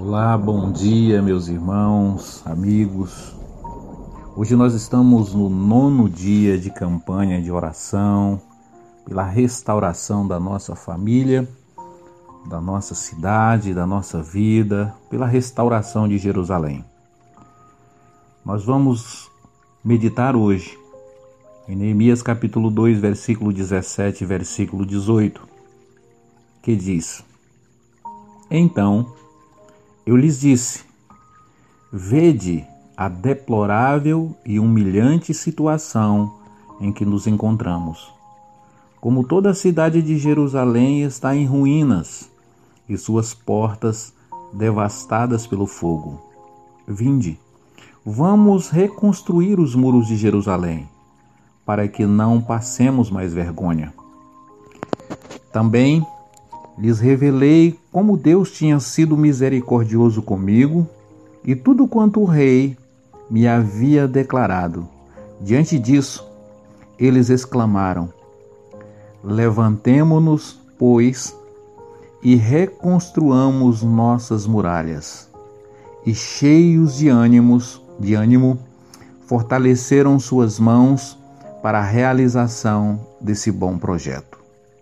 Olá, bom dia, meus irmãos, amigos. Hoje nós estamos no 9º dia de campanha de oração pela restauração da nossa família, da nossa cidade, da nossa vida, pela restauração de Jerusalém. Nós vamos meditar hoje em Neemias capítulo 2, versículo 17 e versículo 18, que diz: Então eu lhes disse: vede a deplorável e humilhante situação em que nos encontramos. Como toda a cidade de Jerusalém está em ruínas e suas portas devastadas pelo fogo. Vinde, vamos reconstruir os muros de Jerusalém, para que não passemos mais vergonha. Também lhes revelei como Deus tinha sido misericordioso comigo e tudo quanto o rei me havia declarado. Diante disso, eles exclamaram: levantemo-nos, pois, e reconstruamos nossas muralhas. E cheios de ânimo, fortaleceram suas mãos para a realização desse bom projeto.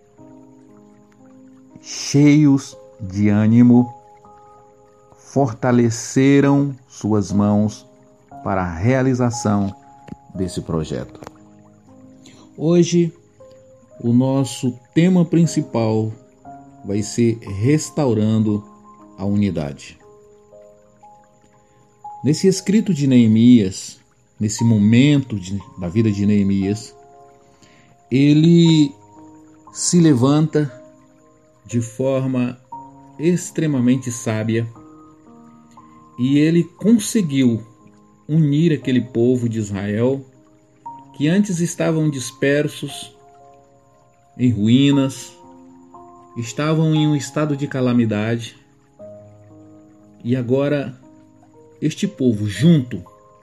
Cheios de ânimo, fortaleceram suas mãos para a realização desse projeto. Hoje, o nosso tema principal vai ser restaurando a unidade. Nesse escrito de Neemias, nesse momento da vida de Neemias, ele se levanta de forma extremamente sábia e ele conseguiu unir aquele povo de Israel que antes estavam dispersos, em ruínas, estavam em um estado de calamidade, e agora este povo junto,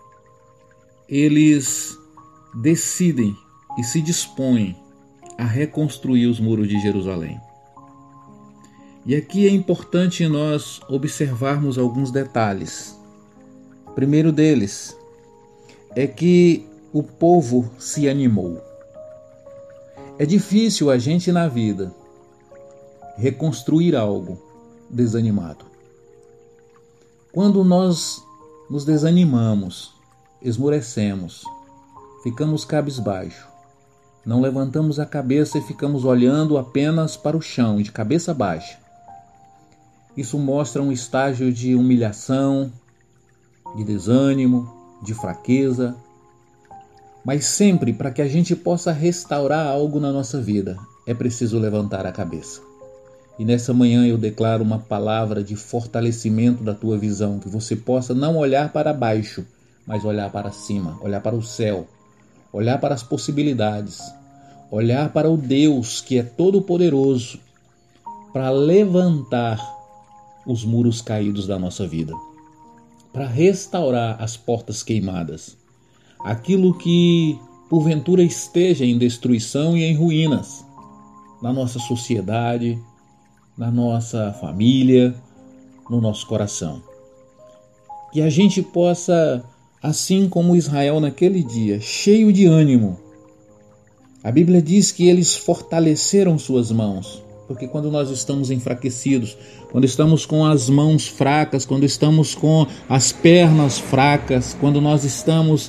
eles decidem e se dispõem a reconstruir os muros de Jerusalém. E aqui é importante nós observarmos alguns detalhes. O primeiro deles é que o povo se animou. É difícil a gente na vida reconstruir algo desanimado. Quando nós nos desanimamos, esmorecemos, ficamos cabisbaixo, não levantamos a cabeça e ficamos olhando apenas para o chão, de cabeça baixa. Isso mostra um estágio de humilhação, de desânimo, de fraqueza. Mas sempre, para que a gente possa restaurar algo na nossa vida, é preciso levantar a cabeça. E nessa manhã eu declaro uma palavra de fortalecimento da tua visão, que você possa não olhar para baixo, mas olhar para cima, olhar para o céu, olhar para as possibilidades, olhar para o Deus que é todo-poderoso, para levantar os muros caídos da nossa vida, para restaurar as portas queimadas, aquilo que porventura esteja em destruição e em ruínas, na nossa sociedade, na nossa família, no nosso coração. Que a gente possa, assim como Israel naquele dia, cheio de ânimo. A Bíblia diz que eles fortaleceram suas mãos, porque quando nós estamos enfraquecidos, quando estamos com as mãos fracas, quando estamos com as pernas fracas, quando nós estamos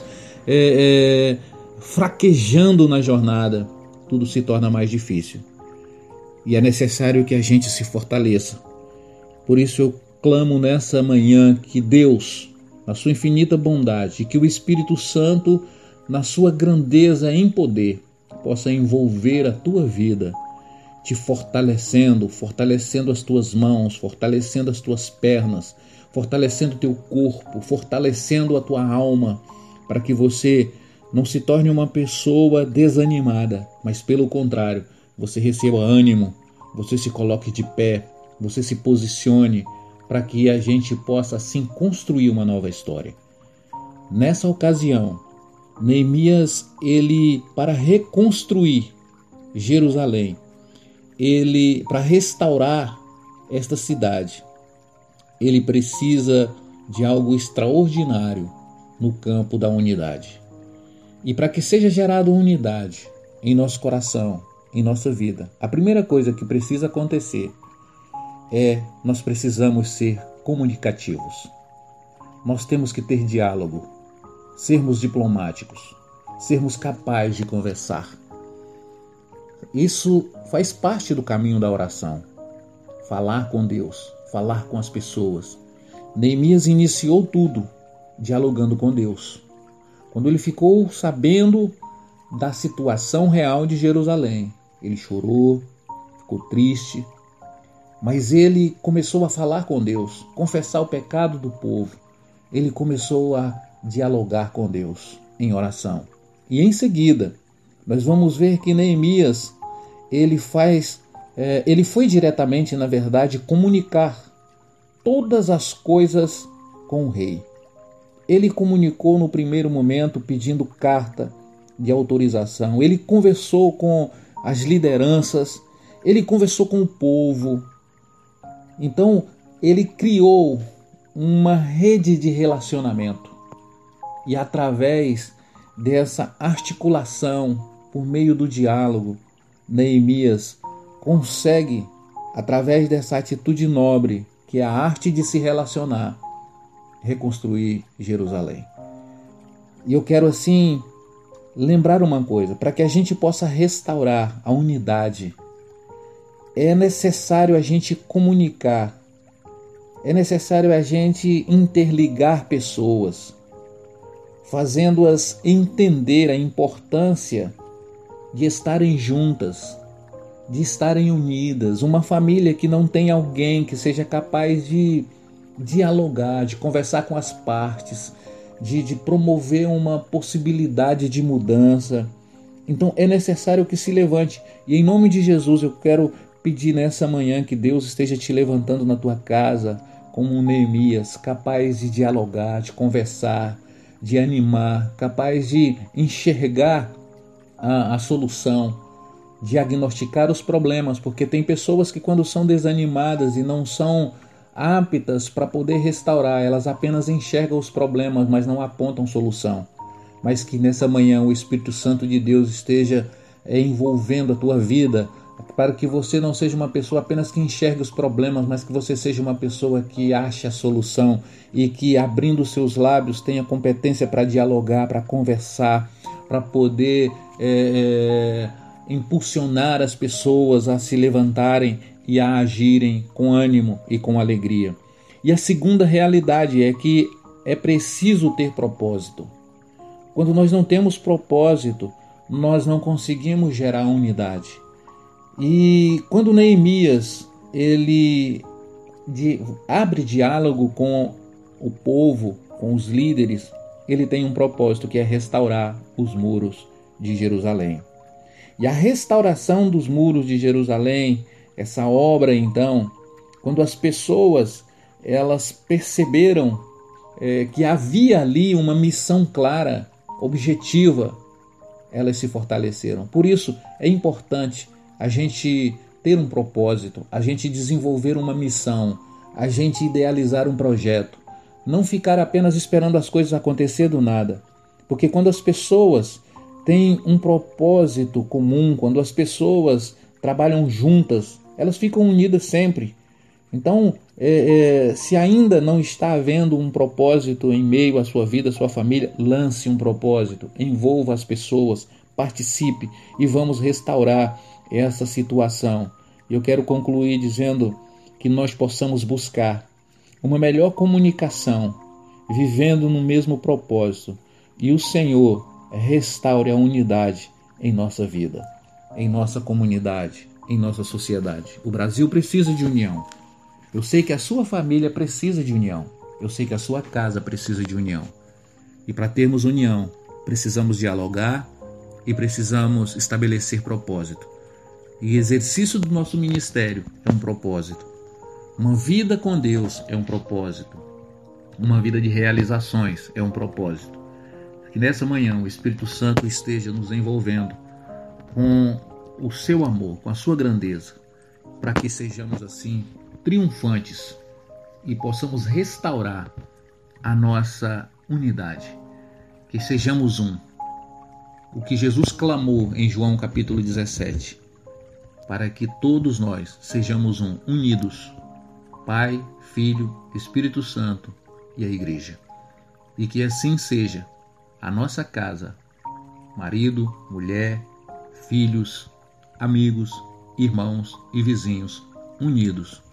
fraquejando na jornada, tudo se torna mais difícil. E é necessário que a gente se fortaleça. Por isso eu clamo nessa manhã que Deus, na sua infinita bondade, que o Espírito Santo, na sua grandeza em poder, possa envolver a tua vida, te fortalecendo as tuas mãos, fortalecendo as tuas pernas, fortalecendo o teu corpo, fortalecendo a tua alma, para que você não se torne uma pessoa desanimada, mas pelo contrário, você receba ânimo, você se coloque de pé, você se posicione, para que a gente possa assim construir uma nova história. Nessa ocasião, Neemias, para reconstruir Jerusalém, para restaurar esta cidade, ele precisa de algo extraordinário no campo da unidade. E para que seja gerada unidade em nosso coração, em nossa vida, a primeira coisa que precisa acontecer nós precisamos ser comunicativos. Nós temos que ter diálogo, sermos diplomáticos, sermos capazes de conversar. Isso faz parte do caminho da oração. Falar com Deus, falar com as pessoas. Neemias iniciou tudo dialogando com Deus. Quando ele ficou sabendo da situação real de Jerusalém, ele chorou, ficou triste, mas ele começou a falar com Deus, confessar o pecado do povo. Ele começou a dialogar com Deus em oração. E em seguida, nós vamos ver que Neemias, ele foi diretamente, na verdade, comunicar todas as coisas com o rei. Ele comunicou no primeiro momento pedindo carta de autorização. Ele conversou com as lideranças, ele conversou com o povo. Então, ele criou uma rede de relacionamento. E através dessa articulação, por meio do diálogo, Neemias consegue, através dessa atitude nobre, que é a arte de se relacionar, reconstruir Jerusalém. E eu quero assim lembrar uma coisa: para que a gente possa restaurar a unidade, é necessário a gente comunicar, é necessário a gente interligar pessoas, fazendo-as entender a importância de estarem juntas, de estarem unidas. Uma família que não tem alguém que seja capaz de dialogar, de conversar com as partes, de promover uma possibilidade de mudança. Então é necessário que se levante. E em nome de Jesus eu quero pedir nessa manhã que Deus esteja te levantando na tua casa como um Neemias, capaz de dialogar, de conversar, de animar, capaz de enxergar a solução, diagnosticar os problemas, porque tem pessoas que quando são desanimadas e não são aptas para poder restaurar, elas apenas enxergam os problemas, mas não apontam solução. Mas que nessa manhã o Espírito Santo de Deus esteja envolvendo a tua vida, para que você não seja uma pessoa apenas que enxergue os problemas, mas que você seja uma pessoa que ache a solução e que, abrindo seus lábios, tenha competência para dialogar, para conversar, para poder impulsionar as pessoas a se levantarem e a agirem com ânimo e com alegria. E a segunda realidade é que é preciso ter propósito. Quando nós não temos propósito, nós não conseguimos gerar unidade. E quando Neemias ele abre diálogo com o povo, com os líderes, ele tem um propósito que é restaurar os muros de Jerusalém. E a restauração dos muros de Jerusalém, essa obra então, quando as pessoas elas perceberam que havia ali uma missão clara, objetiva, elas se fortaleceram. Por isso é importante a gente ter um propósito, a gente desenvolver uma missão, a gente idealizar um projeto, não ficar apenas esperando as coisas acontecer do nada. Porque quando as pessoas têm um propósito comum, quando as pessoas trabalham juntas, elas ficam unidas sempre. Então, se ainda não está havendo um propósito em meio à sua vida, à sua família, lance um propósito, envolva as pessoas, participe e vamos restaurar essa situação. Eu quero concluir dizendo que nós possamos buscar uma melhor comunicação, vivendo no mesmo propósito, e o Senhor restaure a unidade em nossa vida, em nossa comunidade, em nossa sociedade. O Brasil precisa de união. Eu sei que a sua família precisa de união. Eu sei que a sua casa precisa de união. E para termos união, precisamos dialogar e precisamos estabelecer propósito. E exercício do nosso ministério é um propósito. Uma vida com Deus é um propósito. Uma vida de realizações é um propósito. Que nessa manhã o Espírito Santo esteja nos envolvendo com o seu amor, com a sua grandeza, para que sejamos assim triunfantes e possamos restaurar a nossa unidade, que sejamos um. O que Jesus clamou em João capítulo 17, para que todos nós sejamos um, unidos, Pai, Filho, Espírito Santo e a Igreja. E que assim seja a nossa casa, marido, mulher, filhos, amigos, irmãos e vizinhos, unidos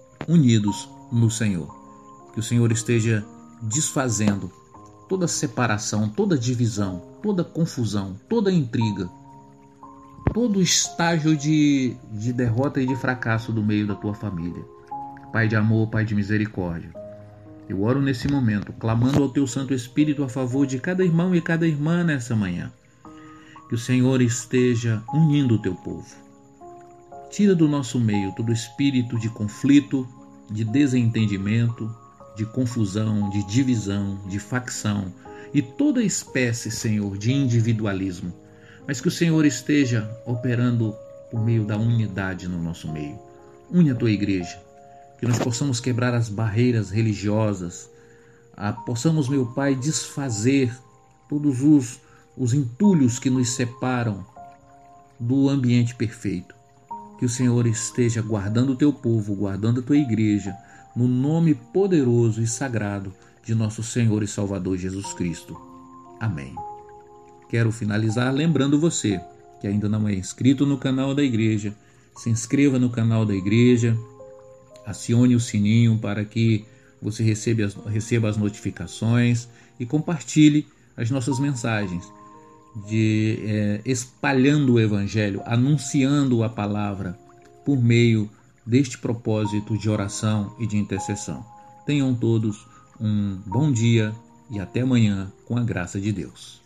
no Senhor. Que o Senhor esteja desfazendo toda separação, toda divisão, toda confusão, toda intriga, todo estágio de derrota e de fracasso do meio da tua família. Pai de amor, Pai de misericórdia, eu oro nesse momento, clamando ao teu Santo Espírito a favor de cada irmão e cada irmã nessa manhã. Que o Senhor esteja unindo o teu povo. Tira do nosso meio todo espírito de conflito, de desentendimento, de confusão, de divisão, de facção e toda espécie, Senhor, de individualismo, mas que o Senhor esteja operando por meio da unidade no nosso meio. Une a tua igreja, que nós possamos quebrar as barreiras religiosas, possamos, meu Pai, desfazer todos os entulhos que nos separam do ambiente perfeito. Que o Senhor esteja guardando o teu povo, guardando a tua igreja, no nome poderoso e sagrado de nosso Senhor e Salvador Jesus Cristo. Amém. Quero finalizar lembrando você que ainda não é inscrito no canal da igreja, se inscreva no canal da igreja, acione o sininho para que você receba as notificações e compartilhe as nossas mensagens, espalhando o Evangelho, anunciando a palavra por meio deste propósito de oração e de intercessão. Tenham todos um bom dia e até amanhã com a graça de Deus.